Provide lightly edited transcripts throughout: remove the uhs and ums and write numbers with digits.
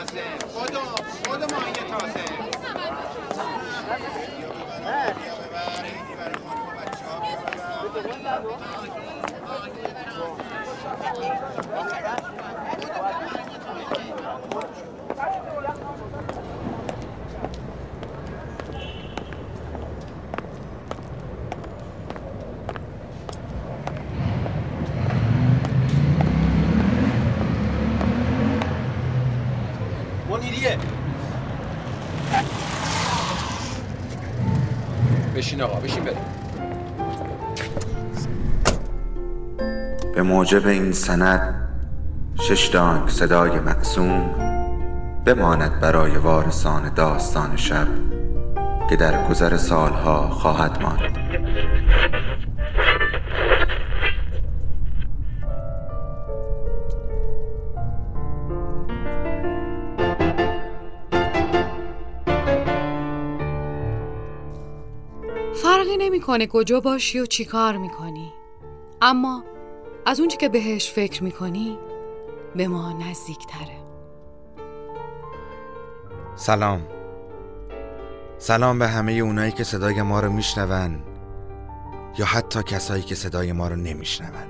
تازه خود ماهی تازه. منیریه. بشین آقا، بشین بریم. به موجب این سند 6 دانگ صدای مقسوم بماند برای وارثان داستان شب که در گذر سالها خواهد ماند. فرقی نمیکنه کجا باشی و چی کار میکنی، اما از اون چی که بهش فکر میکنی به ما نزدیک تره. سلام به همه اونایی که صدای ما رو میشنون یا حتی کسایی که صدای ما رو نمیشنون.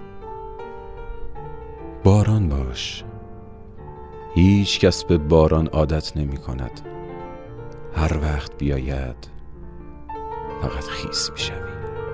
باران باش. هیچ کس به باران عادت نمی کند. هر وقت بیاید فقط خیس می شوی.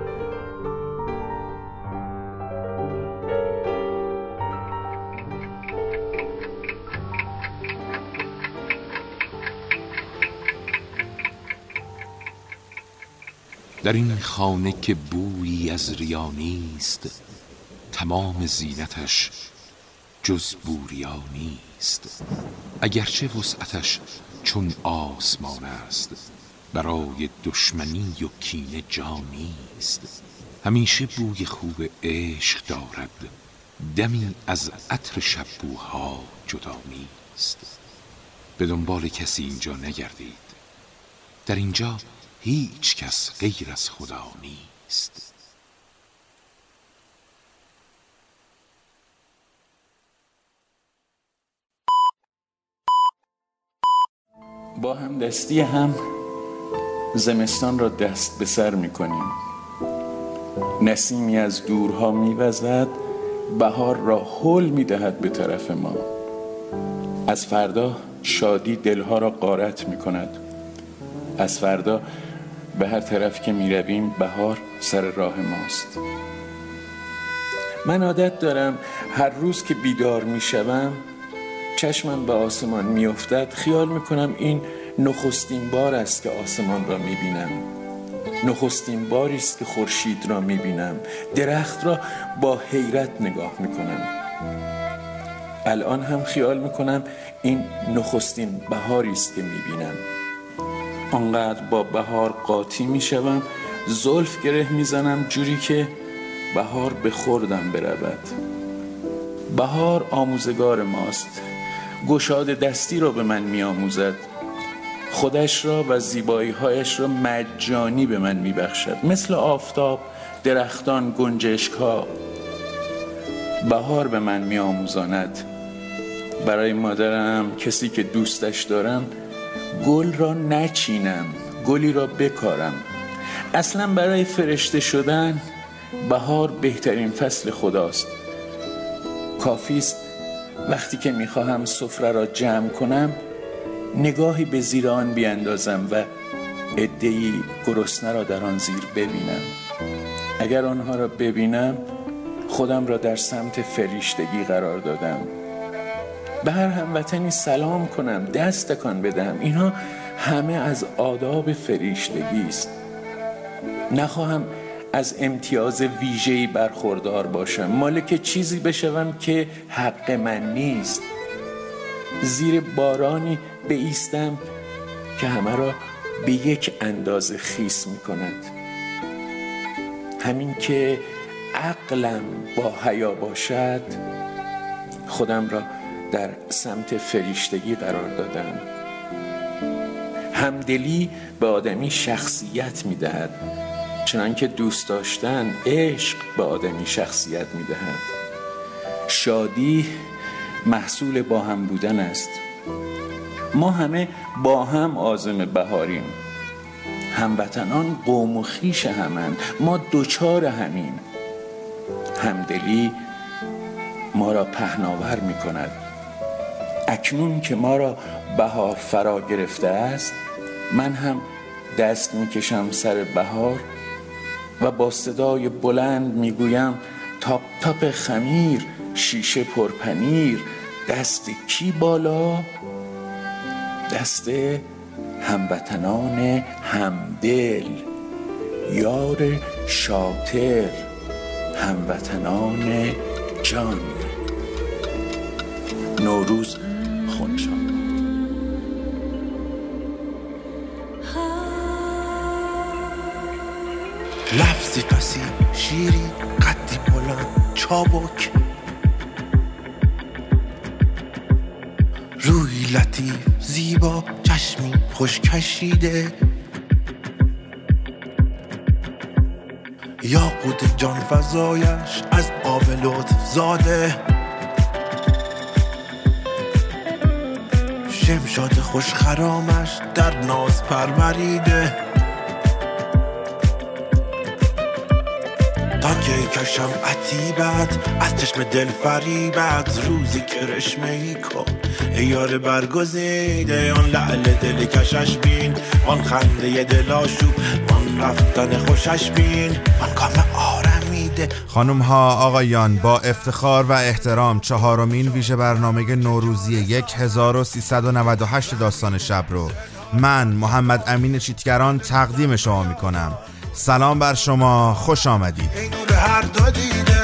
در این خانه که بویی از ریا نیست، تمام زینتش جز بوریا نیست. اگرچه وسعتش چون آسمان است، برای دشمنی و کینه جا نیست. همیشه بوی خوب عشق دارد، دمی از عطر شب‌بوها جدا نیست. به دنبال کسی اینجا نگردید، در اینجا هیچ کس غیر از خدا نیست. با هم دستی هم زمستان را دست به سر می کنیم. نسیمی از دورها می وزد، بهار را هل می دهد به طرف ما. از فردا شادی دلها را غارت می کند. از فردا به هر طرف که می رویم بهار سر راه ماست. من عادت دارم هر روز که بیدار می شوم، چشمم به آسمان می افتد، خیال می کنم این نخستین بار است که آسمان را می بینم. نخستین باری است که خورشید را می بینم. درخت را با حیرت نگاه می کنم. الان هم خیال می کنم این نخستین بهاری است که می بینم. آنقدر با بهار قاطی می شوم، زلف گره می زنم جوری که بهار به خوردم برود. بهار آموزگار ماست، گشاد دستی را به من می آموزد، خودش را و زیبایی‌هایش را مجانی به من می بخشد. مثل آفتاب، درختان، گنجشک‌ها بهار به من می آموزاند. برای مادرم، کسی که دوستش دارم، گل را نچینم، گلی را بکارم. اصلا برای فرشته شدن بهار بهترین فصل خداست. کافیست وقتی که میخواهم سفره را جمع کنم نگاهی به زیر آن بیاندازم و عده‌ای گرسنه را در آن زیر ببینم. اگر آنها را ببینم خودم را در سمت فرشتگی قرار دادم. به هر هموطنی سلام کنم، دست تکان بدهم، اینها همه از آداب فرشتگی است. نخواهم از امتیاز ویژه‌ای برخوردار باشم، مالک چیزی بشوم که حق من نیست. زیر بارانی بایستم که همه را به یک اندازه خیس می کند. همین که عقلم با حیا باشد خودم را در سمت فرشتگی قرار دادم. همدلی به آدمی شخصیت می دهد، چنانکه دوست داشتن، عشق به آدمی شخصیت می دهد. شادی محصول با هم بودن است. ما همه با هم عازم بهاریم، هموطنان قوم و خویش همند، ما دوچار همین. همدلی ما را پهناور می کند. اکنون که ما را بهار فرا گرفته است، من هم دست می کشم سر بهار و با صدای بلند می گویم تاپ تاپ خمیر، شیشه پرپنیر، دست کی بالا؟ دست هموطنان همدل، یار شاطر، هموطنان جان. نوروز خونشان. لفظی پسی شیری قدی بلند چابک، روی لطیف زیبا چشمی خوش کشیده، یاقوت جان فزایش از آب لطف زاده، شمشاد خوش خرامش در ناز پروریده، تا که کشم عتیبت از چشم دل فریبت، روزی کرشمه‌ای کن ای یار برگزیده، آن لعل دل کشش بین، آن خنده دل آشوب، آن رفتن خوشش بین، آن کام آرمیده. خانم ها آقایان، با افتخار و احترام 4مین ویژه برنامه نوروزی 1398 داستان شب رو من محمد امین چیتگران تقدیم شما می کنم. سلام بر شما، خوش آمدید. ای نور هر دو دیده.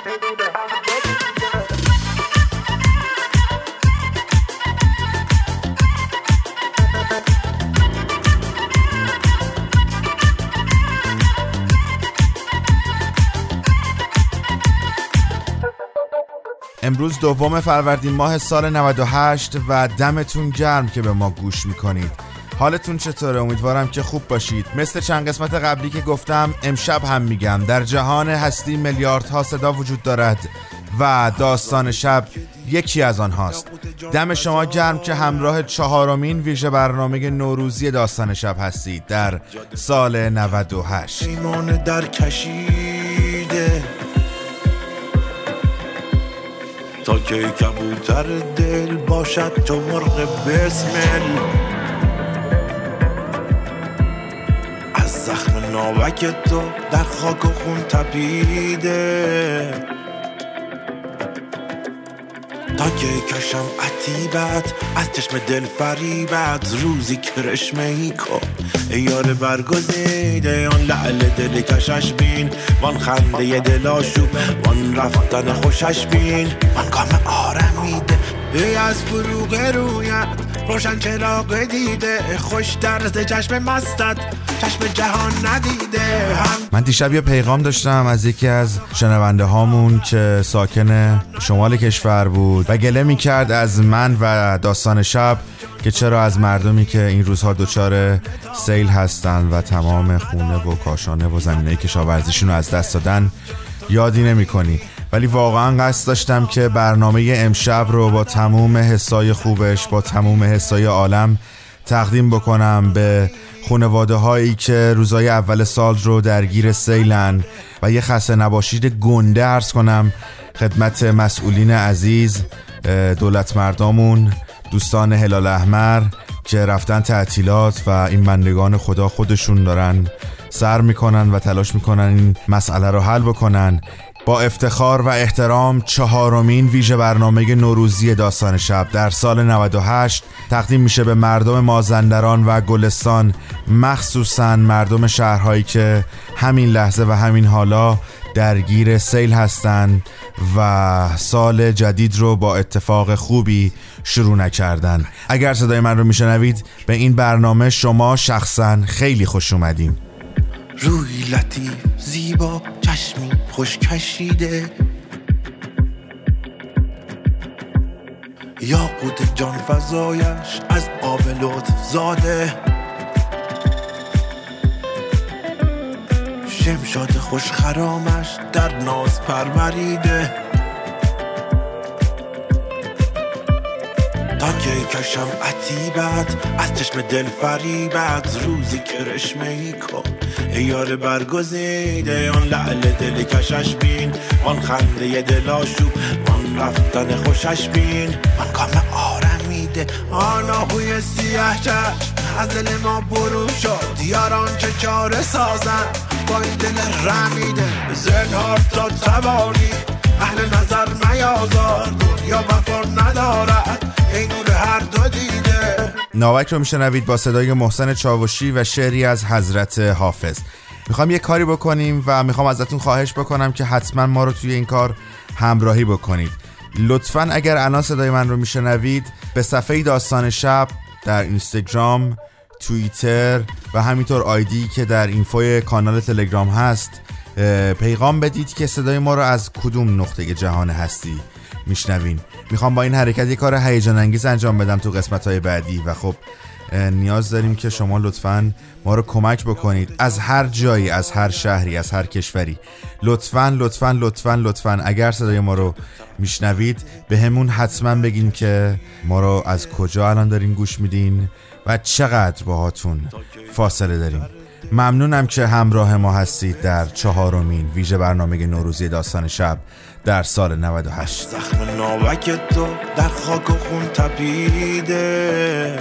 امروز 2 فروردین ماه سال 98 و دمتون گرم که به ما گوش میکنید. حالتون چطوره؟ امیدوارم که خوب باشید. مثل چند قسمت قبلی که گفتم، امشب هم میگم در جهان هستی میلیاردها صدا وجود دارد و داستان شب یکی از آنهاست. دم شما گرم که همراه 4مین ویژه برنامه نوروزی داستان شب هستید در سال 98. ایمان در کشیده تا که کبوتر دل باشد چو مرغ بسمل، از زخم ناوک تو در خاک و خون تپیده، تا که کشم عتیبت از چشم دل فریبت، روزی کرشمه‌ای کن ای یار برگزیده، آن لعل دل کشش بین، وان خنده دل آشوب، وان رفتن خوشش بین، وان کام آرمیده. ای از فروغ رویت روشن چراغ دیده، خوش طرز چشم مستت چشم جهان ندیده. من دیشب یه پیغام داشتم از یکی از شنونده هامون که ساکن شمال کشور بود و گله میکرد از من و داستان شب که چرا از مردمی که این روزها دچار سیل هستن و تمام خونه و کاشانه و زمینه کشاورزیشون رو از دست دادن یادی نمی کنی. ولی واقعا قصد داشتم که برنامه امشب رو با تموم حسای خوبش، با تموم حسای عالم تقدیم بکنم به خانواده هایی که روزای اول سال رو درگیر سیلن و یه خسته نباشید گنده عرض کنم خدمت مسئولین عزیز، دولت مردامون، دوستان هلال احمر که رفتن تعطیلات و این بندگان خدا خودشون دارن سر میکنن و تلاش میکنن این مسئله رو حل بکنن. با افتخار و احترام 4مین ویژه برنامه نوروزی داستان شب در سال 98 تقدیم میشه به مردم مازندران و گلستان، مخصوصاً مردم شهرهایی که همین لحظه و همین حالا درگیر سیل هستن و سال جدید رو با اتفاق خوبی شروع نکردن. اگر صدای من رو میشنوید، به این برنامه شما شخصاً خیلی خوش اومدین. روی لطیف زیبا چشمی خوش کشیده، یاقوت جان فزایش از آب لطف زاده، شمشاد خوش خرامش در ناز پروریده، تا که کشم عتیبت از چشم دل فریبت روزی کرشمه‌ای کن ای یار برگزیده آن لعل دل کشش بین وان خنده دل آشوب وان رفتن خوشش بین وان کام آرمیده آن آهوی سیاه چشم از دل ما برون شد یاران چه چاره سازن با این دل رمیده زنهار تا توانی اهل نظر میازار دنیا وفا ندارد ای نور هر دو دیده. ناوک رو میشنوید با صدای محسن چاوشی و شعری از حضرت حافظ. میخوام یه کاری بکنیم و میخوام ازتون خواهش بکنم که حتما ما رو توی این کار همراهی بکنید. لطفاً اگر الان صدای من رو میشنوید به صفحه داستان شب در اینستاگرام، توییتر و همینطور آیدی که در اینفوی کانال تلگرام هست پیغام بدید که صدای ما رو از کدوم نقطه جهان هستی میشنوین. میخوام با این حرکت یه کار هیجان انگیز انجام بدم تو قسمت‌های بعدی و خب نیاز داریم که شما لطفاً ما رو کمک بکنید از هر جایی، از هر شهری، از هر کشوری. لطفاً اگر صدای ما رو میشنوید به همون حتما بگین که ما رو از کجا الان دارین گوش میدین و چقدر باهاتون فاصله داریم. ممنونم که همراه ما هستید در 4مین ویژه برنامه نوروزی داستان شب در سال 98. زخم ناوک تو در خاک و خون تپیده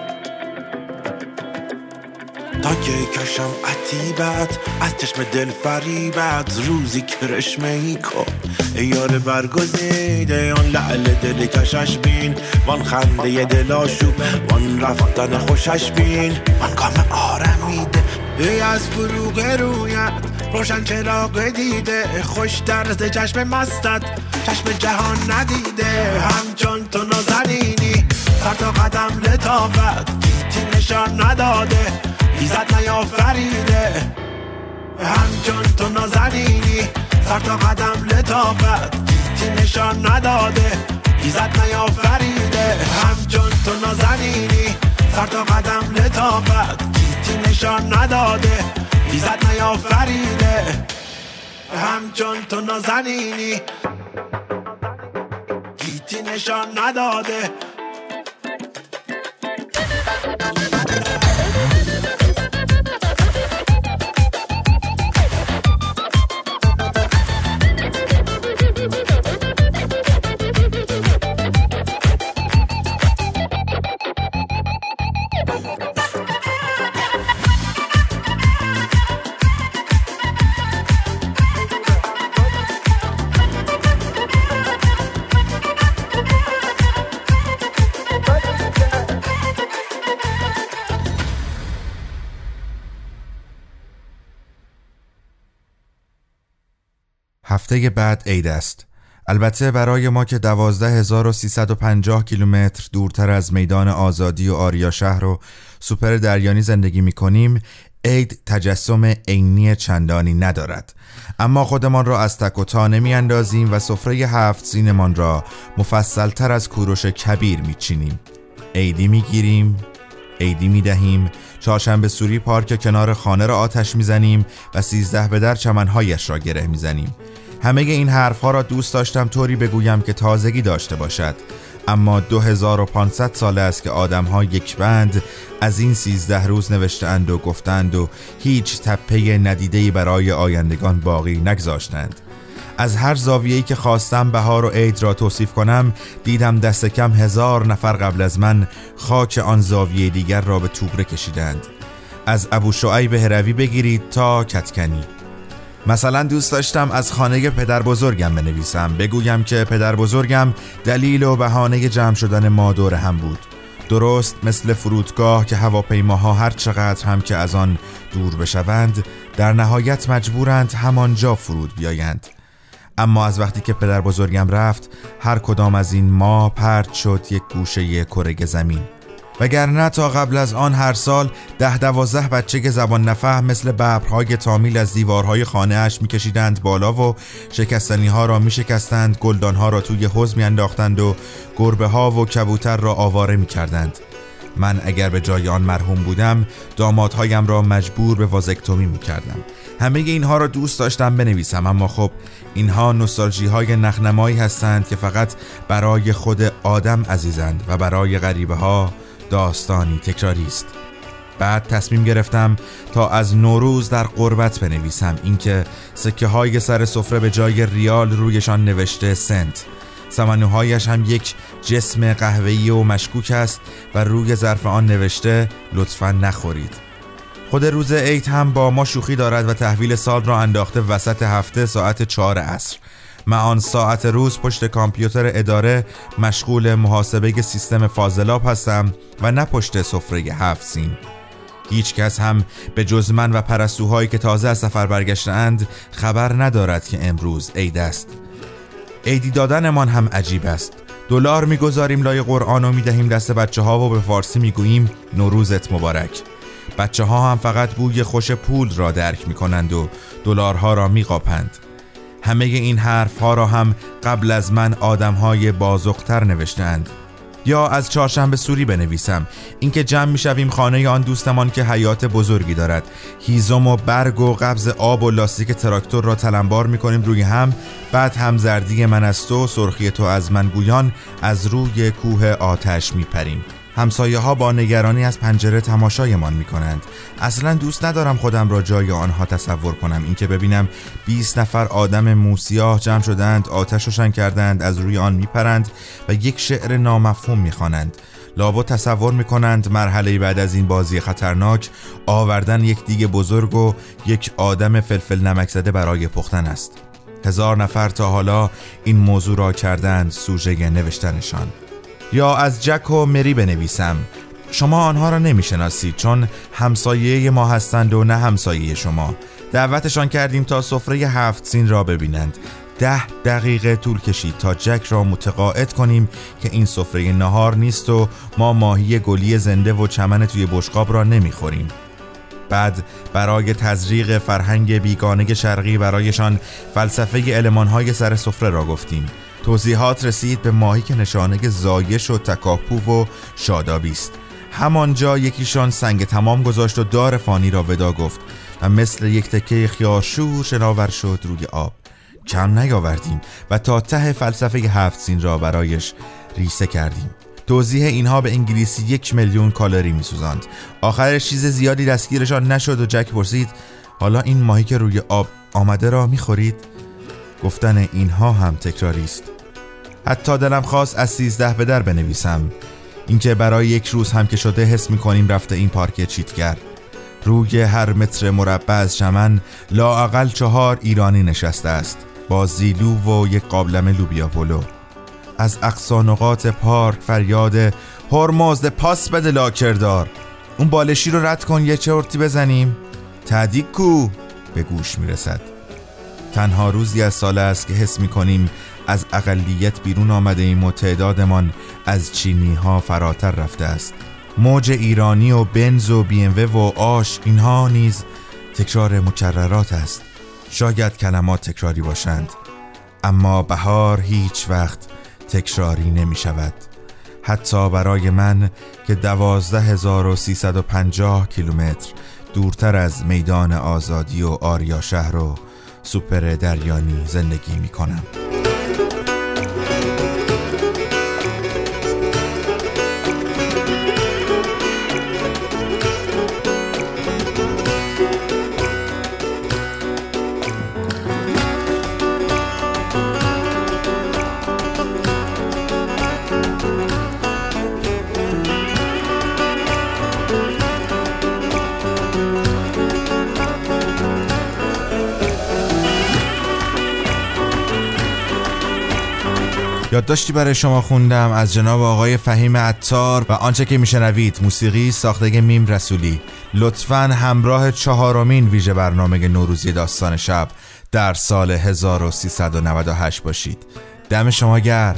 تا که کشم عتیبت از چشم دل فریبت روزی کرشمه‌ای کن ای یار برگزیده آن لعل دل کشش بین وان خنده دل آشوب وان رفتن خوشش بین وان کام آرمیده ای از فروغ رویت روشن چراغ دیده خوش درز چشم مستت چشم جهان ندیده همچون تو نازنینی سر تا قدم لطافت گیتی نشان نداده ایزد نیافریده همچون تو نازنینی سر تا قدم لطافت گیتی نشان نداده ایزد نیافریده همچون تو نازنینی سر تا قدم لطافت گیتی نشان نداده ایزد نیافریده همچون تو نازنینی گیتی نشان نداده. هفته بعد عید است. البته برای ما که 12350 کیلومتر دورتر از میدان آزادی و آریا شهر و سوپر دریانی زندگی می کنیم، عید تجسم عینی چندانی ندارد. اما خودمان را از تک و تا نمی اندازیم و سفره 7 سینمان را مفصل تر از کوروش کبیر می چینیم. عیدی می گیریم، عیدی می دهیم، چهارشنبه سوری پارک کنار خانه را آتش می زنیم و 13 به در چمنهایش را گره می زنیم. همه این حرفها را دوست داشتم طوری بگویم که تازگی داشته باشد، اما 2500 سال است که آدم‌ها یک بند از این 13 روز نوشتند و گفتند و هیچ تپه ندیده‌ای برای آیندگان باقی نگذاشتند. از هر زاویه‌ای که خواستم بهار و عید را توصیف کنم دیدم دست کم 1000 نفر قبل از من خاک آن زاویه دیگر را به توبره کشیدند. از ابو شعیب هروی بگیرید تا کتکنی. مثلا دوست داشتم از خانه پدر بزرگم بنویسم، بگویم که پدر بزرگم دلیل و بهانه جمع شدن ما دور هم بود، درست مثل فرودگاه که هواپیماها هر چقدر هم که از آن دور بشوند در نهایت مجبورند همانجا فرود بیایند. اما از وقتی که پدر بزرگم رفت هر کدام از این ما پرت شد یک گوشه کره زمین. وگرنه تا قبل از آن هر سال 10-12 بچه که زبان نفهم مثل ببرهای تامیل از دیوارهای خانه اش میکشیدند بالا و شکستنی ها را میشکستند، گلدان ها را توی حوض میانداختند و گربه ها و کبوتر را آواره میکردند. من اگر به جای آن مرحوم بودم دامادهایم را مجبور به وازکتومی میکردم. همه اینها را دوست داشتم بنویسم، اما خب اینها نوستالژی های نخنمایی هستند که فقط برای خود آدم عزیزند و برای غریبه ها داستانی تکراری است. بعد تصمیم گرفتم تا از نوروز در غربت بنویسم، اینکه سکه های سر سفره به جای ریال رویشان نوشته سنت. سمنوهایش هم یک جسم قهوه‌ای و مشکوک است و روی ظرف آن نوشته لطفاً نخورید. خود روز عید هم با ما شوخی دارد و تحویل سال را انداخته وسط هفته ساعت 4 عصر. من آن ساعت روز پشت کامپیوتر اداره مشغول محاسبه سیستم فاضلاب هستم و نه پشت سفره 7 سین. هیچ کس هم به جز من و پرستوهایی که تازه از سفر برگشتند خبر ندارد که امروز عید است. عیدی دادنمان هم عجیب است. دلار میگذاریم لای قرآن و میدهیم دست بچه ها و به فارسی میگوییم نوروزت مبارک. بچه ها هم فقط بوی خوش پول را درک میکنند و دلارها را میقاپند. همه این حرف ها را هم قبل از من آدم های بازوقتر نوشتند. یا از چهارشنبه سوری بنویسم، اینکه جمع میشویم خانه آن دوستمان که حیات بزرگی دارد، هیزم و برگ و قبض آب و لاستیک تراکتور را تلمبار میکنیم روی هم، بعد هم زردی من از تو، سرخی تو از من گویان از روی کوه آتش میپریم. همسایه ها با نگرانی از پنجره تماشایمان میکنند. اصلا دوست ندارم خودم را جای آنها تصور کنم، اینکه ببینم 20 نفر آدم موسیاه جمع شدند، آتش روشن کردند، از روی آن میپرند و یک شعر نامفهوم میخوانند. لابد تصور میکنند مرحله بعد از این بازی خطرناک آوردن یک دیگ بزرگ و یک آدم فلفل نمک زده برای پختن است. 1000 نفر تا حالا این موضوع را کردند سوژه نوشتنشان. یا از جک و مری بنویسم. شما آنها را نمیشناسید چون همسایه ما هستند و نه همسایه شما. دعوتشان کردیم تا سفره 7 سین را ببینند. 10 دقیقه طول کشید تا جک را متقاعد کنیم که این سفره نهار نیست و ما ماهی گلی زنده و چمن توی بشقاب را نمیخوریم. بعد برای تزریق فرهنگ بیگانه شرقی برایشان فلسفه المانهای سر سفره را گفتیم. توضیحات رسید به ماهی که نشانه زایش و تکاپو و شادابی است. همانجا یکیشان سنگ تمام گذاشت و دار فانی را ودا گفت و مثل یک تکه خیارشور شناور شد روی آب. کم نیاوردیم و تا ته فلسفه 7 سین را برایش ریسه کردیم. توضیح اینها به انگلیسی 1,000,000 کالری میسوزاند. آخرش چیز زیادی دستگیرشان نشد و جک پرسید حالا این ماهی که روی آب آمده را میخورید؟ گفتن اینها هم تکراری است. حتی دلم خواست از 13 به در بنویسم، اینکه برای یک روز هم که شده حس میکنیم رفته این پارک چیتگر. روی هر متر مربع از چمن لااقل 4 ایرانی نشسته است با زیلو و یک قابلمه لوبیا پلو. از اقصا نقاط پارک فریاد هرمزد پاس بده لاکردار، اون بالشی رو رد کن یه چرتی بزنیم. تعدیق کو به گوش میرسد. تنها روزی از سال است که حس میکنیم از اقلیت بیرون آمده ایم و تعدادمان از چینی ها فراتر رفته است. موج ایرانی و بنز و BMW و آش، اینها نیز تکرار مکررات است. شاید کلمات تکراری باشند، اما بهار هیچ وقت تکراری نمی شود. حتی برای من که 12,350 کیلومتر دورتر از میدان آزادی و آریا شهر و سوپر دریانی زندگی می کنم. یادداشتی برای شما خوندم از جناب آقای فهیم عطار و آنچه که میشنوید موسیقی ساخته میم رسولی. لطفاً همراه 4مین ویژه برنامه نوروزی داستان شب در سال 1398 باشید. دم شما گرم.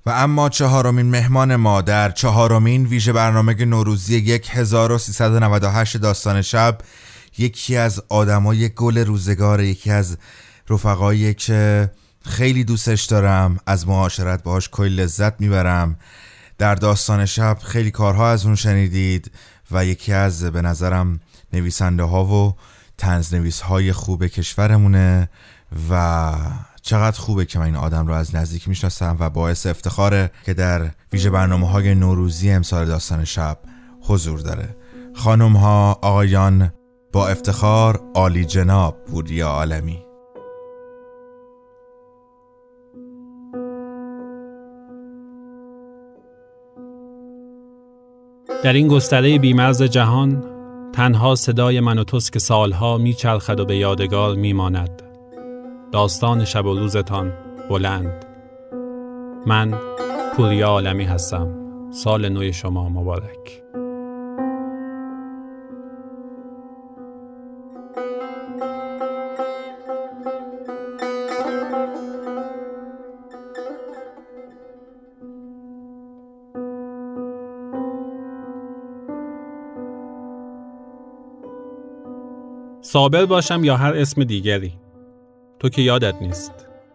و اما چهارمین مهمان ما در چهارمین ویژه برنامه نوروزی 1398 داستان شب، یکی از آدمای گل روزگار، یکی از رفقایی که خیلی دوستش دارم، از معاشرت باهاش کلی لذت میبرم. در داستان شب خیلی کارها از اون شنیدید و یکی از به نظرم نویسنده ها و طنزنویس های خوب کشورمونه و چقدر خوبه که من این آدم رو از نزدیک میشناسم و باعث افتخاره که در ویژه برنامه‌های نوروزی امسال داستان شب حضور داره. خانم ها، آقایان، با افتخار عالی جناب پوریا عالمی. در این گستره بی‌مرز جهان تنها صدای من و توست که سالها میچرخد و به یادگار میماند. داستان شب و روزتان بلند. من پوریا عالمی هستم. سال نو شما مبارک. صابر باشم یا هر اسم دیگری، تو که یادت نیست.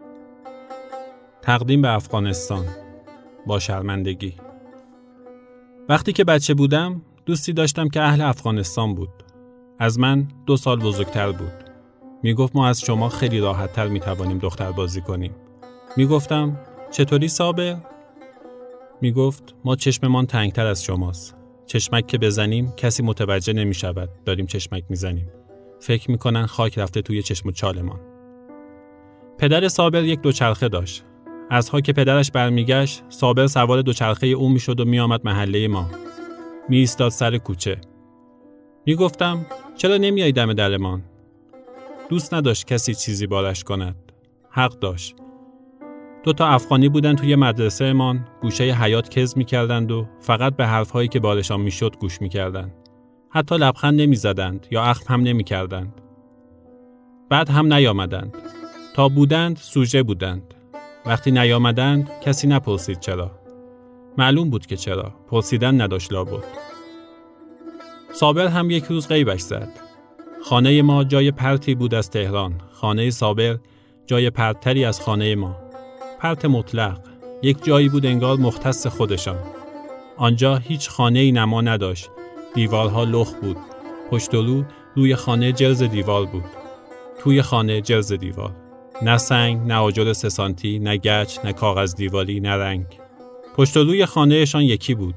تقدیم به افغانستان با شرمندگی. وقتی که بچه بودم دوستی داشتم که اهل افغانستان بود. از من 2 سال بزرگتر بود. میگفت ما از شما خیلی راحت‌تر میتوانیم دختر بازی کنیم. میگفتم چطوری صابر؟ میگفت ما چشممان تنگتر از شماست. چشمک که بزنیم کسی متوجه نمیشود داریم چشمک میزنیم. فکر میکنن خاک رفته توی چشم و چالمان. پدر صابر یک دوچرخه داشت. ازها که پدرش برمیگشت، صابر سوار دوچرخه او میشد و میآمد محله ما. می ایستاد سر کوچه. میگفتم چرا نمیای دم درمان؟ دوست نداشت کسی چیزی بارش کند. حق داشت. 2 تا افغانی بودن توی مدرسه مان، گوشه حیاط کز میکردند و فقط به حرفهایی که بارشان میشد گوش میکردند. حتی لبخند نمیزدند یا اخم هم نمیکردند. بعد هم نیامدند. تا بودند سوژه بودند. وقتی نیامدند کسی نپرسید چرا. معلوم بود که چرا. پرسیدن نداشت لابد. صابر هم یک روز غیبش زد. خانه ما جای پرتی بود از تهران. خانه صابر جای پرتری از خانه ما. پرت مطلق. یک جایی بود انگار مختص خودشان. آنجا هیچ خانه‌ای نما نداشت. دیوارها لخت بود. پشت و رو روی خانه جلز دیوار بود. توی خانه جلز دیوار. نه سنگ، نه آجر 3 سانتی، نه گچ، نه کاغذ دیواری، نه رنگ. پشت و روی خانهشان یکی بود.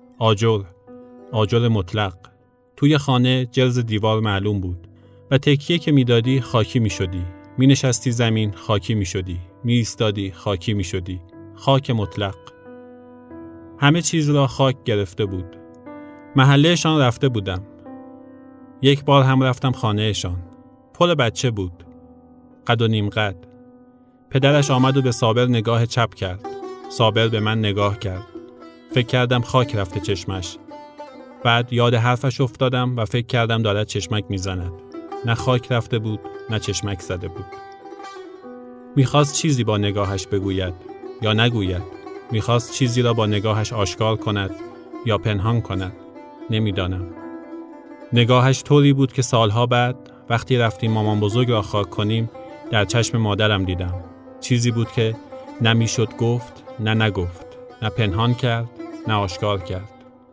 آجر مطلق. توی خانه جلز دیوار معلوم بود و تکیه که میدادی خاکی میشدی. می نشستی زمین خاکی میشدی. می ایستادی خاکی میشدی. خاک مطلق. همه چیز را خاک گرفته بود. محلهشان رفته بودم. یک بار هم رفتم خانهشان. پر بچه بود. قد و نیم قد. پدرش آمد و به صابر نگاه چپ کرد. صابر به من نگاه کرد. فکر کردم خاک رفته چشمش. بعد یاد حرفش افتادم و فکر کردم دارد چشمک میزند. نه خاک رفته بود، نه چشمک زده بود. میخواست چیزی با نگاهش بگوید یا نگوید. میخواست چیزی را با نگاهش آشکار کند یا پنهان کند. نمیدانم. نگاهش طوری بود که سالها بعد وقتی رفتیم مامان بزرگ را خاک کنیم در چشم مادرم دیدم. چیزی بود که نمیشد گفت، نه نگفت، نه پنهان کرد، نه آشکار کرد.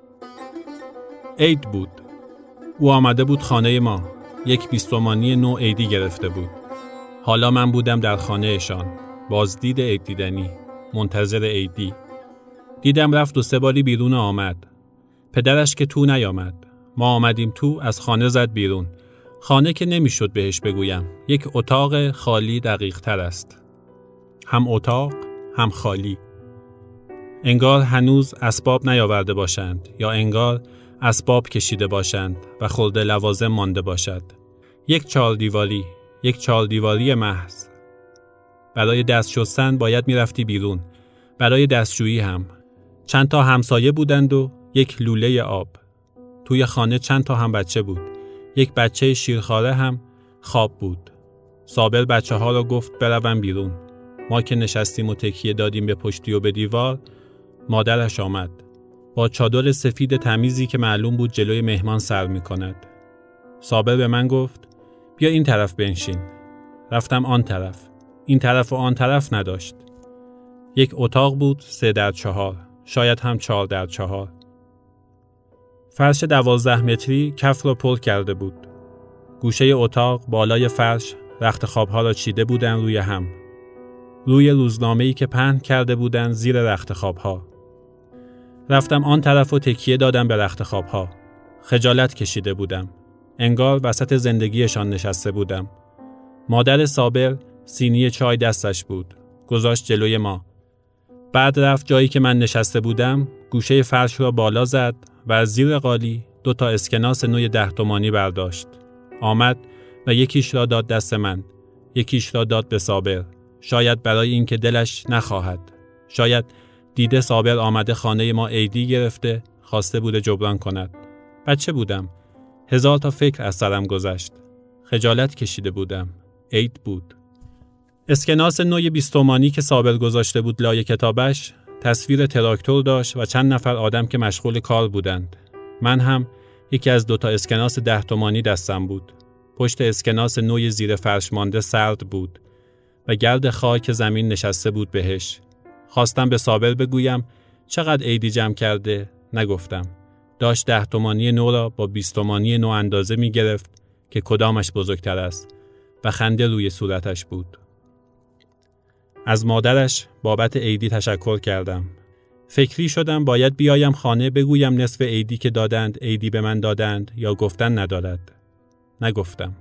عید بود. او آمده بود خانه ما. یک 20 تومانی نو عیدی گرفته بود. حالا من بودم در خانهشان. بازدید عید دیدنی. منتظر عیدی. دیدم رفت 2-3 باری بیرون آمد. پدرش که تو نیامد. ما آمدیم تو، از خانه زد بیرون. خانه که نمیشد بهش بگویم. یک اتاق خالی دقیق تر است. هم اتاق هم خالی. انگار هنوز اسباب نیاورده باشند یا انگار اسباب کشیده باشند و خورده لوازم مانده باشد. یک 4 دیواری، یک 4 دیواری محض. برای دست شستن باید میرفتی بیرون. برای دستشویی هم. چند تا همسایه بودند و یک لوله آب. توی خانه چند تا هم بچه بود. یک بچه شیرخواره هم خواب بود. صابر بچه ها را گفت بروم بیرون. ما که نشستیم و تکیه دادیم به پشتی و به دیوار، مادرش آمد با چادر سفید تمیزی که معلوم بود جلوی مهمان سر می کند. صابر به من گفت بیا این طرف بنشین. رفتم آن طرف. این طرف و آن طرف نداشت. یک اتاق بود 3x4، شاید هم 4x4. فرش 12 متری کف را پر کرده بود. گوشه اتاق بالای فرش رخت خوابها را چیده بودن روی هم. روی روزنامه‌ای که پهن کرده بودن زیر رخت خوابها. رفتم آن طرف و تکیه دادم به رخت خوابها. خجالت کشیده بودم. انگار وسط زندگیشان نشسته بودم. مادر صابر سینی چای دستش بود. گذاشت جلوی ما. بعد رفت جایی که من نشسته بودم، گوشه فرش را بالا زد و از زیر قالی 2 اسکناس نوی 10 تومانی برداشت. آمد و یکیش را داد دست من. یکیش را داد به صابر. شاید برای اینکه دلش نخواهد. شاید دیده صابر آمده خانه ما عیدی گرفته، خواسته بوده جبران کند. بچه بودم. 1000 تا فکر از سرم گذشت. خجالت کشیده بودم. عید بود. اسکناس نوی 20 تومانی که صابر گذاشته بود لای کتابش تصویر تراکتور داشت و چند نفر آدم که مشغول کار بودند. من هم یکی از 2 اسکناس 10 تومانی دستم بود. پشت اسکناس نوی زیر فرش مانده سرد بود و گرد خاک زمین نشسته بود بهش. خواستم به صابر بگویم چقدر عیدی جمع کرده، نگفتم. داشت 10 تومانی نو را با 20 تومانی نو اندازه می گرفت که کدامش بزرگتر است و خنده روی صورتش بود. از مادرش بابت عیدی تشکر کردم. فکری شدم باید بیایم خانه بگویم نصف عیدی که دادند عیدی به من دادند یا گفتن ندارد. نگفتم.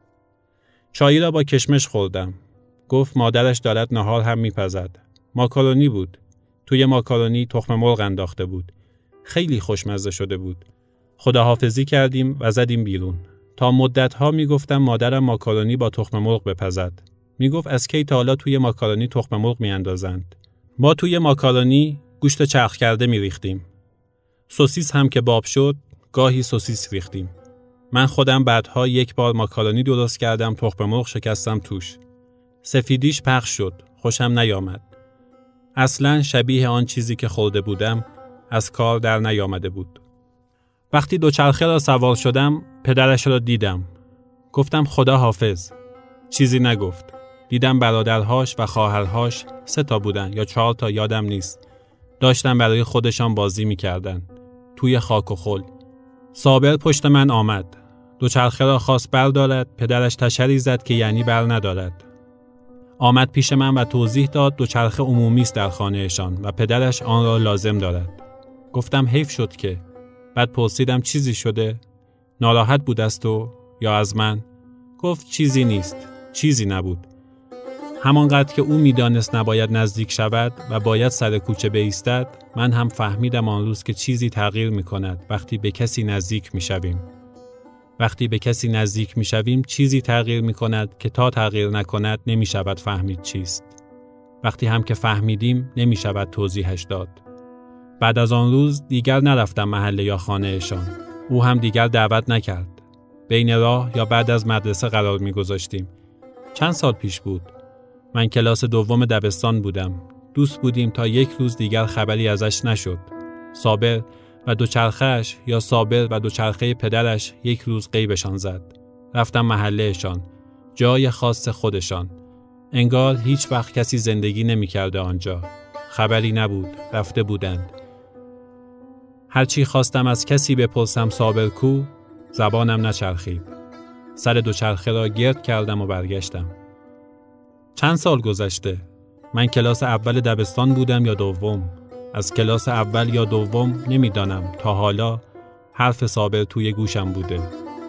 چایی را با کشمش خوردم. گفت مادرش دارد نهار هم میپزد. ماکارونی بود. توی ماکارونی تخم مرغ انداخته بود. خیلی خوشمزه شده بود. خداحافظی کردیم و زدیم بیرون. تا مدت‌ها میگفتم مادرم ماکارونی با تخم مرغ بپزد. میگفت از کی تا حالا توی ماکارونی تخم مرغ میاندازند. ما توی ماکارونی گوشت چرخ کرده میریختیم. سوسیس هم که باب شد، گاهی سوسیس ریختیم. من خودم بعدها 1 بار ماکارونی درست کردم، تخم مرغ شکستم توش. سفیدیش پخش شد، خوشم نیامد. اصلاً شبیه آن چیزی که خورده بودم از کار در نیامده بود. وقتی دوچرخه را سوار شدم، پدرش را دیدم. گفتم خدا حافظ. چیزی نگفت. دیدم برادرهاش و خواهرهاش 3 بودن یا 4 یادم نیست. داشتن برای خودشان بازی می‌کردن. توی خاک و خل. صابر پشت من آمد. دوچرخه را خواست بردارد، پدرش تشری زد که یعنی بر ندارد. آمد پیش من و توضیح داد دوچرخه عمومی است در خانهشان و پدرش آن را لازم دارد. گفتم حیف شد که. بعد پرسیدم چیزی شده؟ ناراحت بود از تو یا از من؟ گفت چیزی نیست. چیزی نبود. همانقدر که او میدانست نباید نزدیک شود و باید سر کوچه بایستد، من هم فهمیدم آن روز که چیزی تغییر می‌کند وقتی به کسی نزدیک می‌شویم. وقتی به کسی نزدیک می‌شویم چیزی تغییر می‌کند که تا تغییر نکند نمی‌شود فهمید چیست. وقتی هم که فهمیدیم نمی‌شود توضیحش داد. بعد از آن روز دیگر نرفتم محله یا خانهشان. او هم دیگر دعوت نکرد. بین راه یا بعد از مدرسه قرار می‌گذاشتیم. چند سال پیش بود. من کلاس 2 دبستان بودم. دوست بودیم تا 1 روز دیگر خبری ازش نشد. صابر و دوچرخه‌اش یا صابر و دوچرخه پدرش 1 روز غیبشان زد. رفتم محلهشان. جای خاص خودشان. انگار هیچ وقت کسی زندگی نمی‌کرده آنجا. خبری نبود. رفته بودند. هرچی خواستم از کسی بپرسم صابر کو، زبانم نچرخید. سر دوچرخه را گرد کردم و برگشتم. چند سال گذشته؟ من کلاس اول دبستان بودم یا 2. از کلاس اول یا 2 نمیدانم. تا حالا حرف صابر توی گوشم بوده.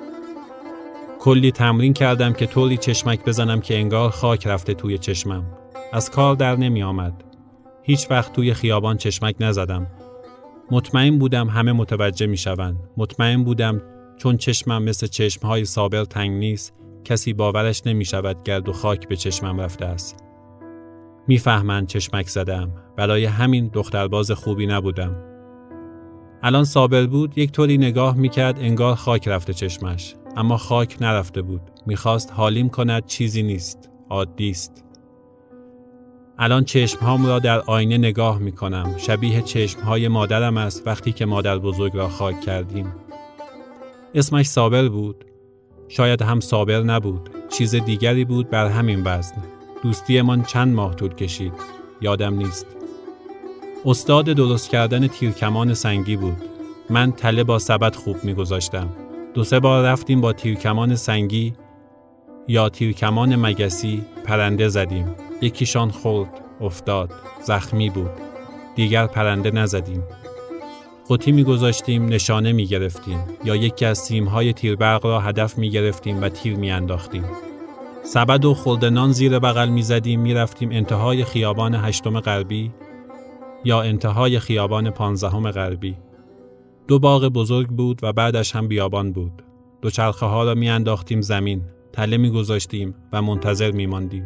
کلی تمرین کردم که طوری چشمک بزنم که انگار خاک رفته توی چشمم. از کار در نمی آمد. هیچ وقت توی خیابان چشمک نزدم. مطمئن بودم همه متوجه می شوند. مطمئن بودم چون چشمم مثل چشمهای صابر تنگ نیست، کسی باورش نمی شود گرد و خاک به چشمم رفته است. می فهمند چشمک زدم. برای همین دخترباز خوبی نبودم. الان صابر بود 1 طوری نگاه می کرد انگار خاک رفته چشمش. اما خاک نرفته بود. می خواست حالیم کند چیزی نیست. عادی است. الان چشمهام را در آینه نگاه می کنم. شبیه چشمهای مادرم است وقتی که مادر بزرگ را خاک کردیم. اسمش صابر بود. شاید هم صابر نبود. چیز دیگری بود بر همین وزن. دوستیمان چند ماه طول کشید. یادم نیست. استاد درست کردن تیرکمان سنگی بود. من تله با سبد خوب می گذاشتم. 2-3 بار رفتیم با تیرکمان سنگی یا تیرکمان مگسی پرنده زدیم. یکیشان خورد، افتاد، زخمی بود. دیگر پرنده نزدیم. قطی می گذاشتیم، نشانه می گرفتیم یا یکی از سیمهای تیربرق را هدف می گرفتیم و تیر می انداختیم. سبد و خلدنان زیر بغل می زدیم، می رفتیم انتهای خیابان 8 غربی یا انتهای خیابان 15 غربی. 2 باغ بزرگ بود و بعدش هم بیابان بود. دوچرخه ها را می انداختیم زمین، تله می گذاشتیم و منتظر می ماندیم.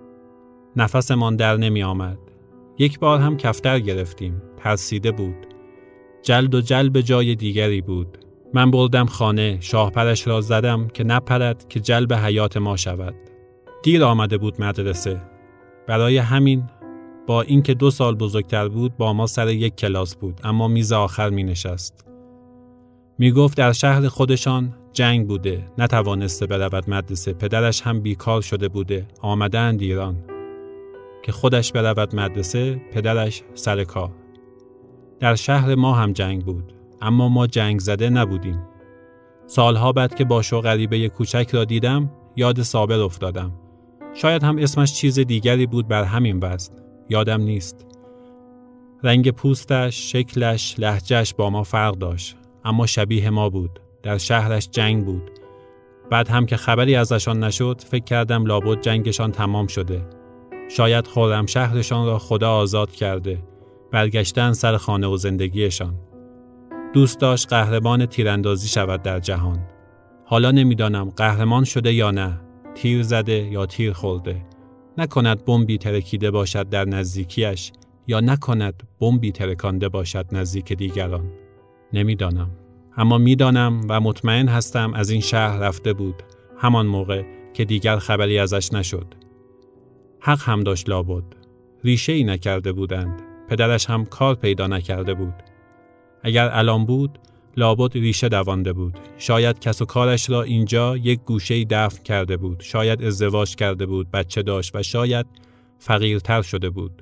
نفسمان در نمی آمد. یک بار هم کفتر گرفتیم. ترسیده بود. جلد و جلب جای دیگری بود. من بردم خانه، شاهپرش را زدم که نپرد که جلب حیات ما شود. دیر آمده بود مدرسه. برای همین با اینکه 2 سال بزرگتر بود با ما سر یک کلاس بود، اما میز آخر می نشست. می گفت در شهر خودشان جنگ بوده، نتوانسته برود مدرسه. پدرش هم بیکار شده بوده، آمدند ایران که خودش برود مدرسه، پدرش سر کار. در شهر ما هم جنگ بود، اما ما جنگ زده نبودیم. سالها بعد که باشو غریبه کوچک را دیدم، یاد صابر افتادم. شاید هم اسمش چیز دیگری بود بر همین وزن. یادم نیست. رنگ پوستش، شکلش، لهجهش با ما فرق داشت، اما شبیه ما بود. در شهرش جنگ بود. بعد هم که خبری ازشان نشد، فکر کردم لابد جنگشان تمام شده. شاید خرم شهرشان را خدا آزاد کرده. برگشتن سر خانه و زندگیشان. دوست داشت قهرمان تیراندازی شود در جهان. حالا نمیدانم قهرمان شده یا نه. تیر زده یا تیر خورده. نکند بمبی ترکیده باشد در نزدیکیش یا نکند بمبی ترکانده باشد نزدیک دیگران. نمیدانم. اما میدانم و مطمئن هستم از این شهر رفته بود. همان موقع که دیگر خبری ازش نشد. حق هم داشت لابد. ریشه ای نکرده بودند. پدرش هم کار پیدا نکرده بود. اگر الان بود، لابد ریشه دوانده بود. شاید کس و کارش را اینجا یک گوشه‌ای دفن کرده بود. شاید ازدواج کرده بود، بچه داشت و شاید فقیرتر شده بود.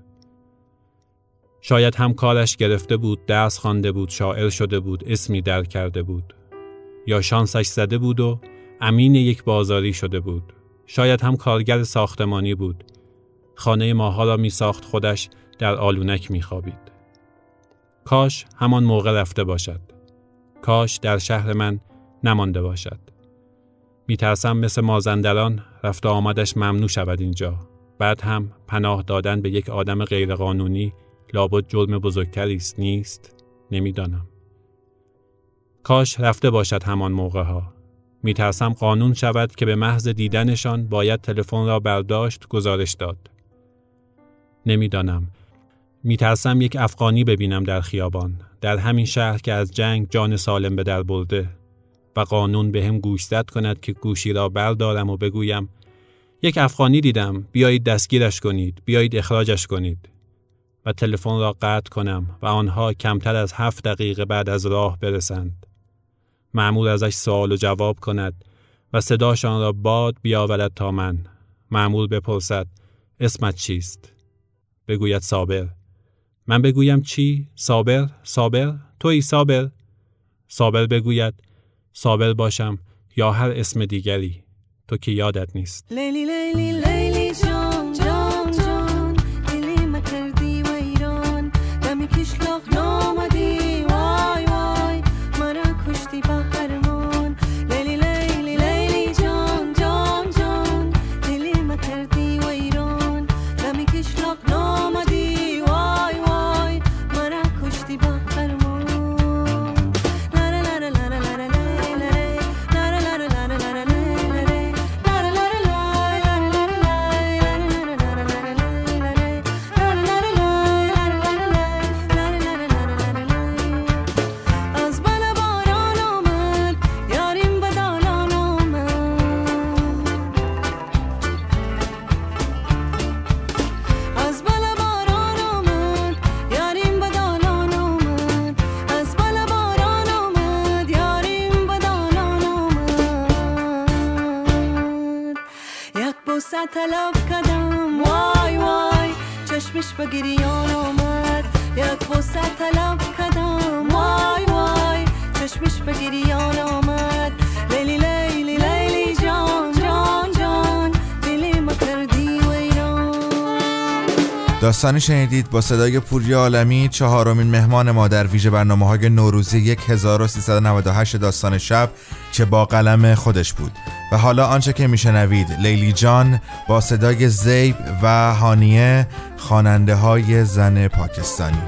شاید هم کارش گرفته بود، درس خوانده بود، شاعر شده بود، اسمی در کرده بود. یا شانسش زده بود و امین یک بازاری شده بود. شاید هم کارگر ساختمانی بود. خانه ماها را می ساخت، خودش در آلونک می خوابید. کاش همان موقع رفته باشد. کاش در شهر من نمانده باشد. می ترسم مثل مازندران رفت و آمدش ممنوع شود اینجا. بعد هم پناه دادن به یک آدم غیرقانونی لابد جرم بزرگتری است، نیست؟ نمیدانم. کاش رفته باشد همان موقع ها. می ترسم قانون شود که به محض دیدنشان باید تلفن را برداشت، گزارش داد. نمیدانم. می ترسم یک افغانی ببینم در خیابان، در همین شهر که از جنگ جان سالم به در برده و قانون به هم گوشزد کند که گوشی را بردارم و بگویم یک افغانی دیدم، بیایید دستگیرش کنید، بیایید اخراجش کنید و تلفن را قطع کنم و آنها کمتر از 7 دقیقه بعد از راه برسند. مأمور ازش سوال و جواب کند و صداشان را باد بیاورد تا من. مأمور بپرسد اسمت چیست؟ بگوید صابر. من بگویم چی؟ صابر؟ صابر؟ تویی صابر؟ صابر بگوید صابر باشم یا هر اسم دیگری، تو که یادت نیست. لیلی لیلی لیلی جان جان جان دلی مکردی و ایران دمی کشلاق نامدی وای وای مرا کشتی با هرمان. لیلی لیلی لیلی جان جان جان دلی مکردی و ایران دمی کشلاق نامدی وای وای مرا کشتی با هرمان. طلب کردم وای وای چشمش به گریان آمد یک بوسه طلب کردم وای وای چشمش به گریان آمد لیلی لیلی لیلی جان جان جان دلی ما کردی ویران. داستانی شنیدید با صدای پوریا عالمی، چهارمین مهمان ما در ویژه برنامه‌های نوروزی 1398 داستان شب که با قلم خودش بود. و حالا آنچه که میشنوید لیلی جان با صدای زیب و هانیه، خواننده های زن پاکستانی.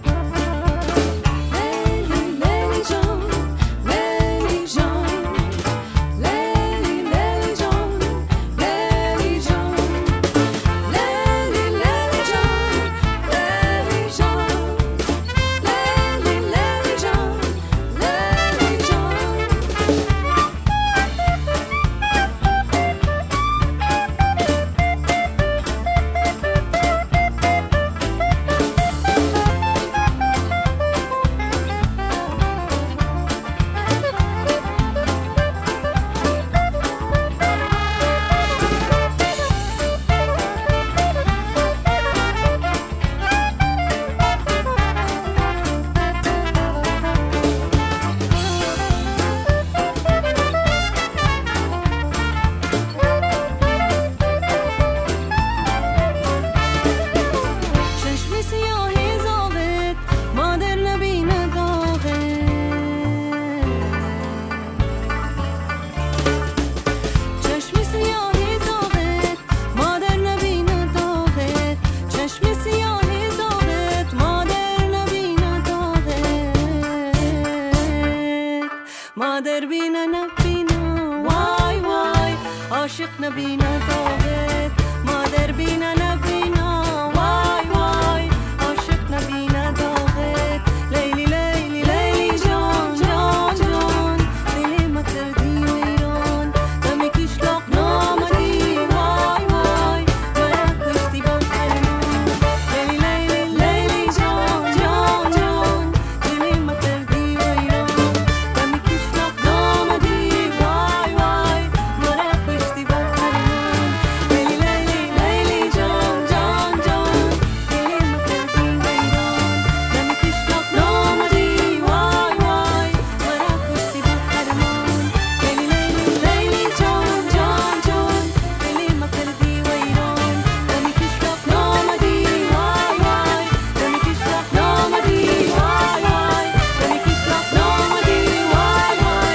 مادر بینا نبینا وای وای عاشق نبینا داغت مادر بینا نبینا وای وای عاشق نبینا داغت لیلی لیلی لیلی جان جان جان دلی ما کردی ویران دمی کشلاق نامدی وای وای مرا کشتی با خرمان لیلی لیلی لیلی جان جان جان دلی ما کردی ویران دمی کشلاق نامدی وای وای مرا کشتی با خرمان لیلی لیلی لیلی جان جان جان دلی ما کردی ویران دمی کشلاق نامدی وای وای مرا کشتی با خرمان لیلی لیلی لیلی جان جان جان دلی ما کردی ویران دمی کشلاق نامدی وای وای دمی کشلاق نامدی وای وای دمی کشلاق نامدی وای وای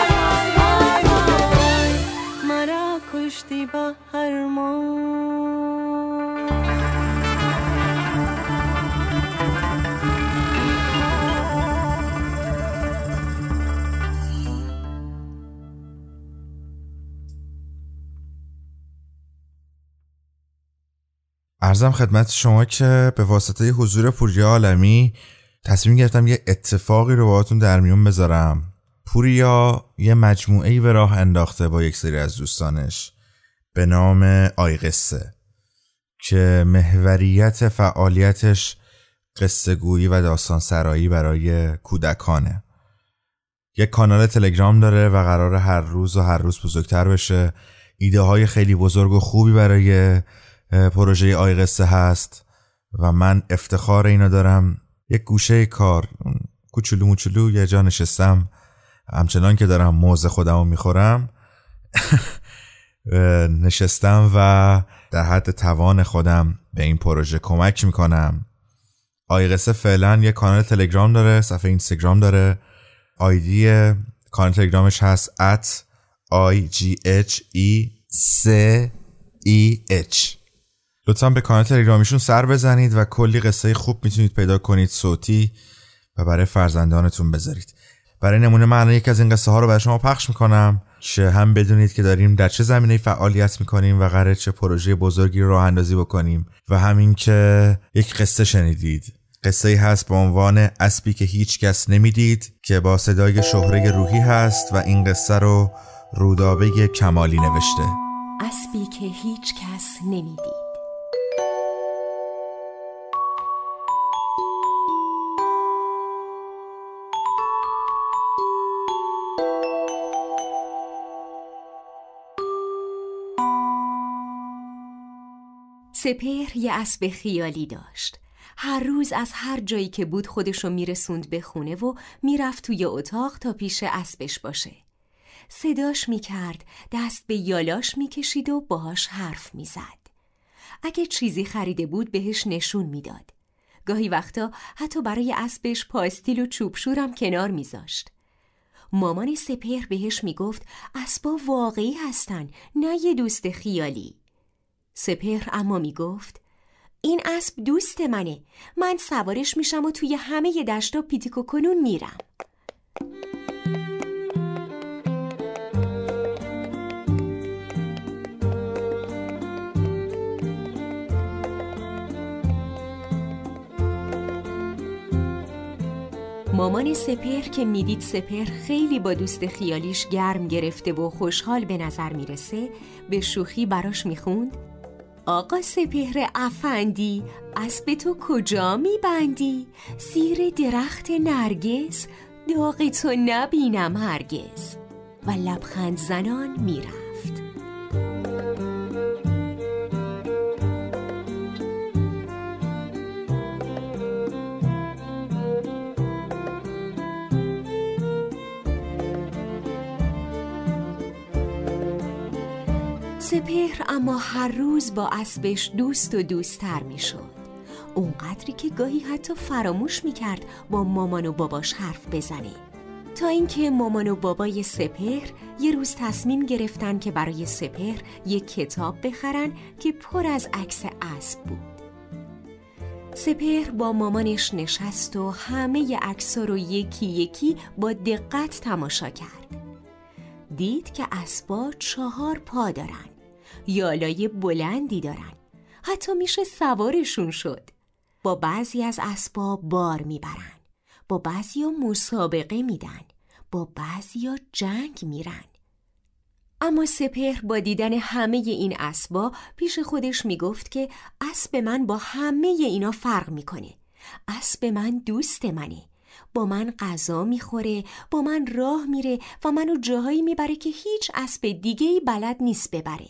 وای وای مرا کشتی با خرمان. عرضم خدمت شما که به واسطه حضور پوریا عالمی تصمیم گرفتم یه اتفاقی رو باهاتون در میون بذارم. پوریا یه مجموعه‌ای به راه انداخته با یک سری از دوستانش به نام آی قصه که محوریت فعالیتش قصه گویی و داستان سرایی برای کودکانه. یک کانال تلگرام داره و قرار هر روز بزرگتر بشه. ایده های خیلی بزرگ و خوبی برای پروژه آی قصه هست و من افتخار اینو دارم. یک گوشه کار کوچولو موچولو یه جا نشستم، همچنان که دارم موز خودمو میخورم نشستم و در حد توان خودم به این پروژه کمک میکنم. آی قصه فعلا یه کانال تلگرام داره، صفحه اینستاگرام داره. آیدی کانال تلگرامش هست @IGHECEH. لطفا به کانال تلگرامیشون سر بزنید و کلی قصه خوب میتونید پیدا کنید صوتی و برای فرزندانتون بذارید. برای نمونه من یک از این قصه ها رو برای شما پخش میکنم که هم بدونید که داریم در چه زمینه‌ای فعالیت میکنیم و قراره چه پروژه بزرگی رو راه اندازی بکنیم و همین که یک قصه شنیدید. قصه‌ای هست با عنوان اسبی که هیچ کس نمیدید که با صدای شهره روحی هست و این قصه رو رودابه کمالی نوشته. اسبی که هیچ کس نمیدید. سپهر یه اسب خیالی داشت. هر روز از هر جایی که بود خودشو میرسوند به خونه و میرفت توی اتاق تا پیش اسبش باشه. صداش میکرد، دست به یالاش میکشید و باهاش حرف میزد. اگه چیزی خریده بود بهش نشون میداد. گاهی وقتا حتی برای اسبش پاستیل و چوبشورم کنار میذاشت. مامان سپهر بهش میگفت اسبا واقعی هستن، نه یه دوست خیالی. سپهر اما میگفت این اسب دوست منه، من سوارش میشم و توی همه دشتا پیتیک و کنون میرم. مامان سپهر که میدید سپهر خیلی با دوست خیالیش گرم گرفته و خوشحال به نظر میرسه، به شوخی براش میخوند آقا سپهر افندی، اسب تو کجا میبندی؟ زیر درخت نرگس داغ تو نبینم هرگز. و لبخند زنان میرفت. سپهر اما هر روز با اسبش دوست و دوست‌تر میشد. اونقدری که گاهی حتی فراموش میکرد با مامان و باباش حرف بزنه. تا اینکه مامان و بابای سپهر یه روز تصمیم گرفتن که برای سپهر یک کتاب بخرن که پر از عکس اسب بود. سپهر با مامانش نشست و همه عکس‌ها رو یکی یکی با دقت تماشا کرد. دید که اسبا 4 پا دارن، یالای بلندی دارن، حتی میشه سوارشون شد. با بعضی از اسبا بار میبرن، با بعضیا مسابقه میدن، با بعضیا جنگ میرن. اما سپهر با دیدن همه این اسبا پیش خودش میگفت که اسب من با همه اینا فرق میکنه. اسب من دوست منه، با من غذا میخوره، با من راه میره و منو جاهایی میبره که هیچ اسب دیگه‌ای بلد نیست ببره.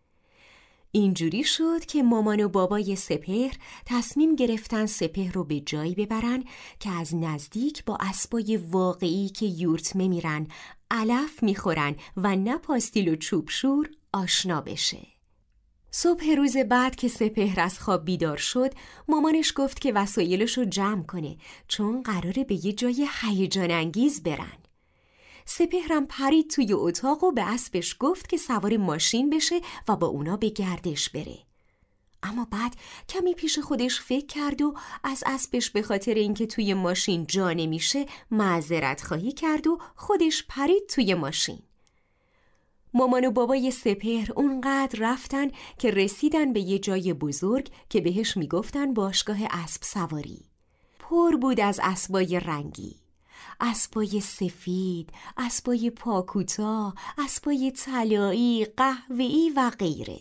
اینجوری شد که مامان و بابای سپهر تصمیم گرفتن سپهر رو به جایی ببرن که از نزدیک با اسبای واقعی که یورتمه میرن، علف میخورن و نه پاستیل و چوبشور آشنا بشه. صبح روز بعد که سپهر از خواب بیدار شد، مامانش گفت که وسایلش رو جمع کنه چون قراره به یه جای هیجان انگیز برن. سپهرم پرید توی اتاق و به اسبش گفت که سوار ماشین بشه و با اونا به گردش بره. اما بعد کمی پیش خودش فکر کرد و از اسبش به خاطر اینکه توی ماشین جا نمیشه معذرت خواهی کرد و خودش پرید توی ماشین. مامان و بابای سپهر اونقدر رفتن که رسیدن به یه جای بزرگ که بهش میگفتن باشگاه اسب سواری. پر بود از اسبای رنگی، اسبای سفید، اسبای پاکوتا، اسبای طلایی، قهوه‌ای و غیره.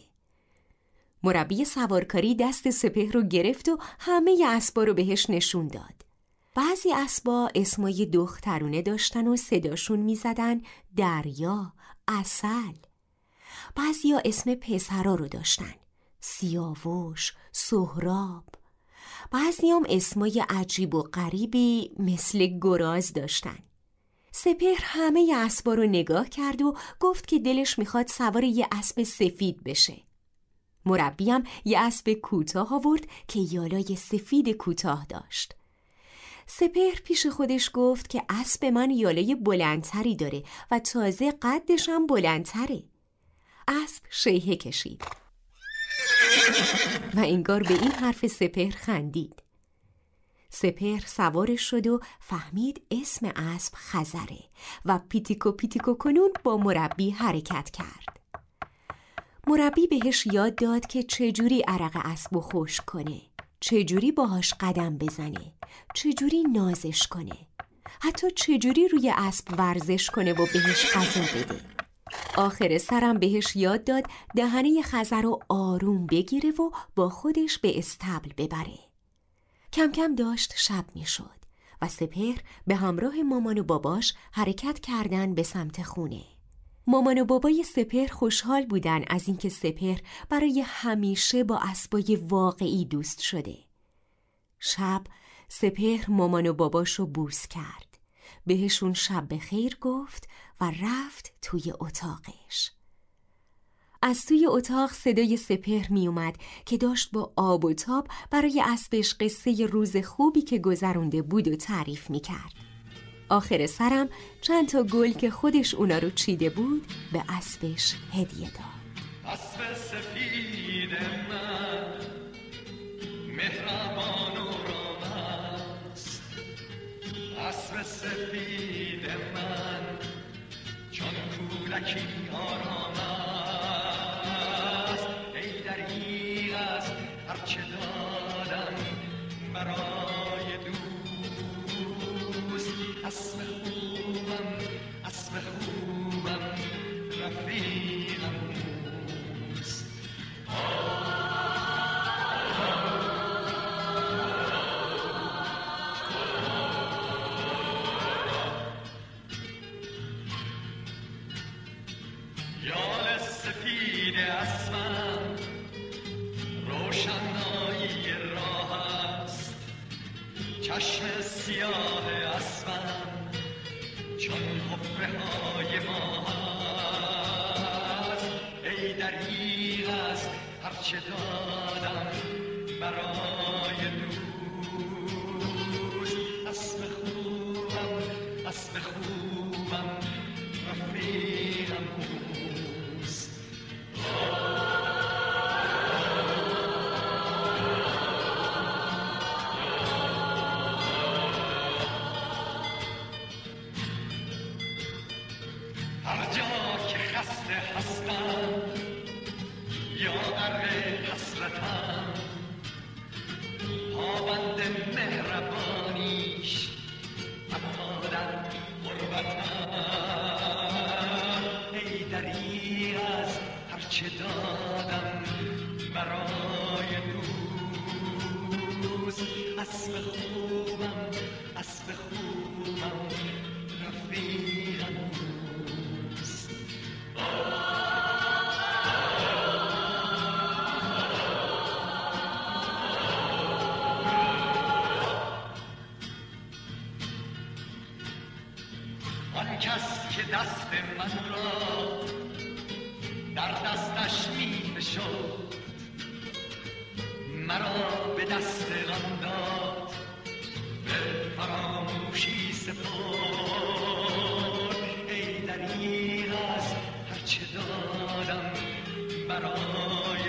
مربی سوارکاری دست سپهر رو گرفت و همه اسبا رو بهش نشون داد. بعضی اسبا اسمای دخترونه داشتن و صداشون میزدن دریا، عسل. بعضیا اسم پسرا رو داشتن، سیاوش، سهراب. بعضیام اسمای عجیب و غریبی مثل گراز داشتن. سپهر همه اسبا رو نگاه کرد و گفت که دلش میخواد سوار یه اسب سفید بشه. مربیم یه اسب کوتاه آورد که یالای سفید کوتاه داشت. سپهر پیش خودش گفت که اسب من یالای بلندتری داره و تازه قدش هم بلندتره. اسب شیهه کشید و انگار به این حرف سپهر خندید. سپهر سوارش شد و فهمید اسم اسب خزره و پیتیکو پیتیکو کنون با مربی حرکت کرد. مربی بهش یاد داد که چجوری عرق اسبو خشک کنه، چجوری باهاش قدم بزنه، چجوری نازش کنه، حتی چجوری روی اسب ورزش کنه و بهش غذا بده. آخر سرم بهش یاد داد دهنه خزر رو آروم بگیره و با خودش به استبل ببره. کم کم داشت شب می شد و سپهر به همراه مامان و باباش حرکت کردن به سمت خونه. مامان و بابای سپهر خوشحال بودن از اینکه سپهر برای همیشه با اسبای واقعی دوست شده. شب سپهر مامان و باباشو بوس کرد. بهشون شب بخیر گفت و رفت توی اتاقش. از توی اتاق صدای سپهر می اومد که داشت با آب و تاب برای اسبش قصه روز خوبی که گذرونده بود و تعریف می کرد. آخر سرم چند تا گل که خودش اونا رو چیده بود به اسبش هدیه داد. اسب سفید من مهربان و رامست، اسب سفید من چون کودکی آرام است. ای دریغ از هرچه دادم برای دوست، اسب خوبم اسب خوبم رفیقم اوست. یال سفید اسبم روشنایی راه است، چشم سیاه اسبم چون حفره های ما است. ای دریغ از هرچه دادم برای دوست، اسب خوبم اسب خوبم رفیقم اوست. هر جا که خسته هستم یا غرق حسرتم، پابند مهربانیش حتی در غربتم. ای دریغ از هرچه دادم برای دوست، اسب خوبم اسب خوبم رفیقم اوست. آن کس که دست من را در دستش می فشرد، مرا به دست غم داد به فراموشی سپرد. ای دریغ از هرچه دادم برای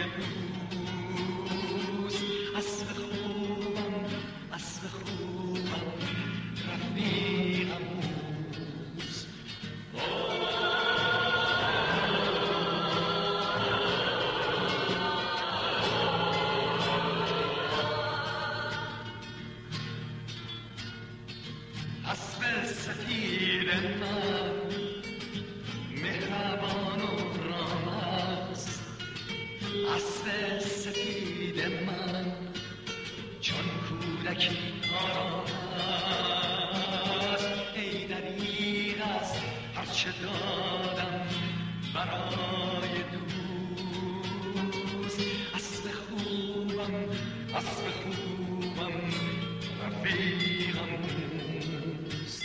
دوست، اسب خوبم اسب خوبم رفیقم اوست. اسب سفید من مهربان و رام است، اسب سفید من چون کودکی آرام است. ای دریغ از هرچه دادم برای دوست، اسب خوبم اسب خوبم رفیقم اوست.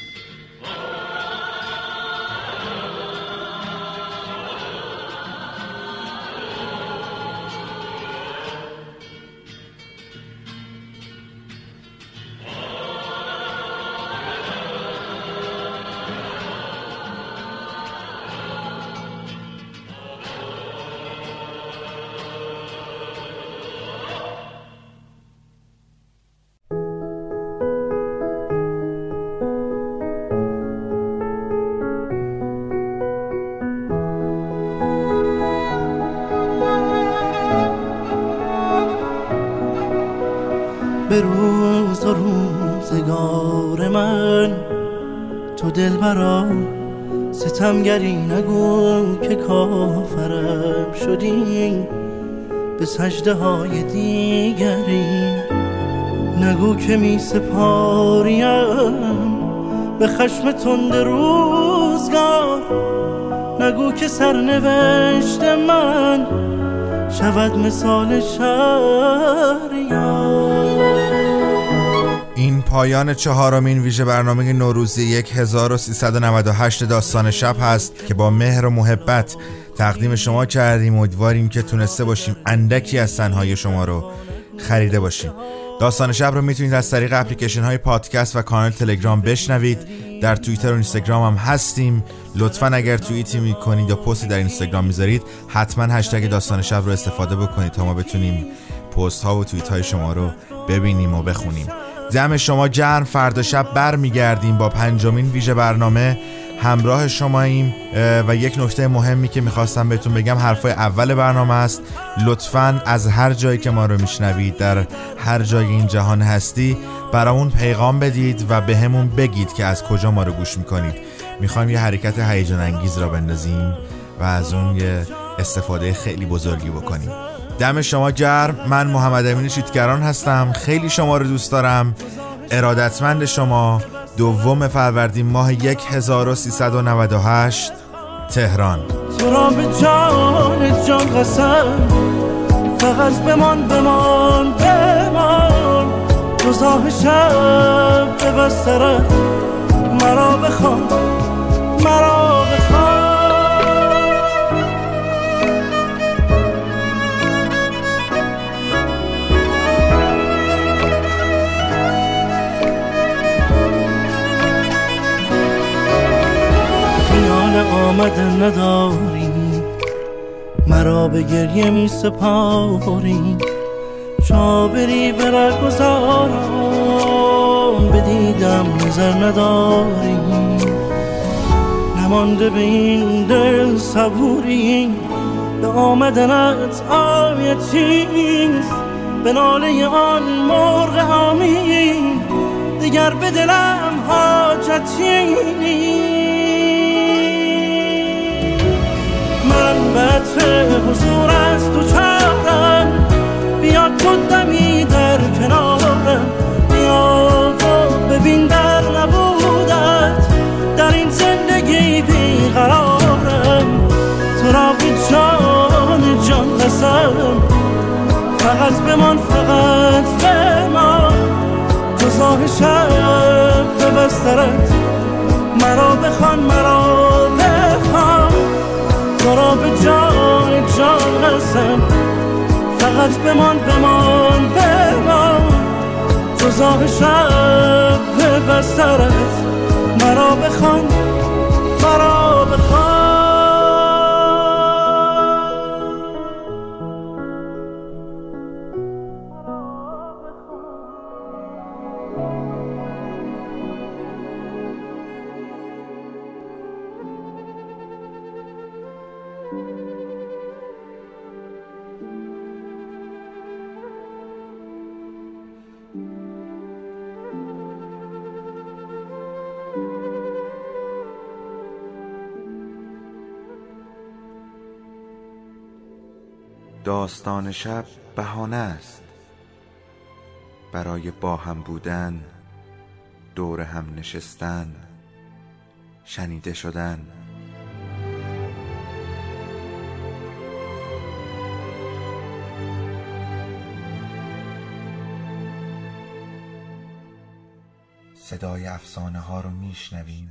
به روز و روزگار من تو دلبرا ستمگری نگو که کافرم شدی، به سجده های دیگری نگو که می سپاریم به خشم تند روزگار. نگو که سرنوشت من شود مثال شهریار. این پایان 4مین ویژه برنامه نوروزی 1398 داستان شب هست که با مهر و محبت تقدیم شما کردیم. امیدواریم که تونسته باشیم اندکی از تنهایی شما رو خریده باشیم. داستان شب رو میتونید از طریق اپلیکیشن های پادکست و کانال تلگرام بشنوید. در توییتر و اینستاگرام هم هستیم. لطفاً اگر توییتی میکنید یا پستی در اینستاگرام میذارید حتما هشتگ داستان شب رو استفاده بکنید تا ما بتونیم پست ها و توییت های شما رو ببینیم و بخونیم. دم شما گرم. فردا شب برمیگردیم با 5مین ویژه برنامه. همراه شماییم و یک نکته مهمی که میخواستم بهتون بگم حرفای اول برنامه است. لطفاً از هر جایی که ما رو میشنوید در هر جای این جهان هستی برامون پیغام بدید و به همون بگید که از کجا ما رو گوش میکنید. میخوایم یه حرکت هیجان انگیز را بندازیم و از اون یه استفاده خیلی بزرگی بکنیم. دم شما گرم. من محمد امین چیتگران هستم. خیلی شما رو دوست دارم. ارادتمند شما. 2 فروردین ماه 1398 تهران. تو را به جان قسم فقط بمان روزاه شب به بسترت مرا بخوان آمده نداری مرا به گریه می سپاری چابری برگزارم بدیدم نظر نداری نمانده به این دل صبوری به آمدنت آیتی به ناله آن مرغ آمین دیگر به دلم حاجتی نیست من بطر حضور از تو چارم بیا تو دمی در کنارم بیا و ببین در نبودت در این زندگی بیقرارم تو را به جان قسم فقط بمان جزاه شب به بسترت مرا بخوان تو را به جان قسم فقط بمان جزاه شب به بسترت مرا بخوان داستان شب بهانه است برای با هم بودن، دور هم نشستن، شنیده شدن. صدای افسانه ها رو میشنویم.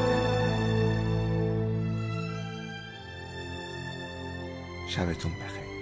شبتون بخیر.